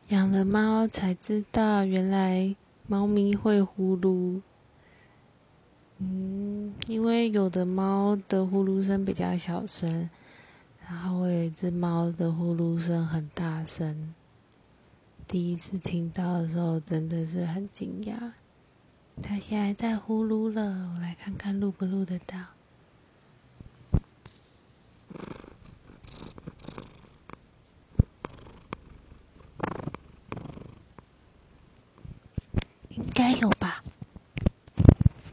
养了猫才知道，原来猫咪会呼噜。因为有的猫的呼噜声比较小声，然后我有一只猫的呼噜声很大声。第一次听到的时候真的是很惊讶。它现在在呼噜了，我来看看录不录得到。应该有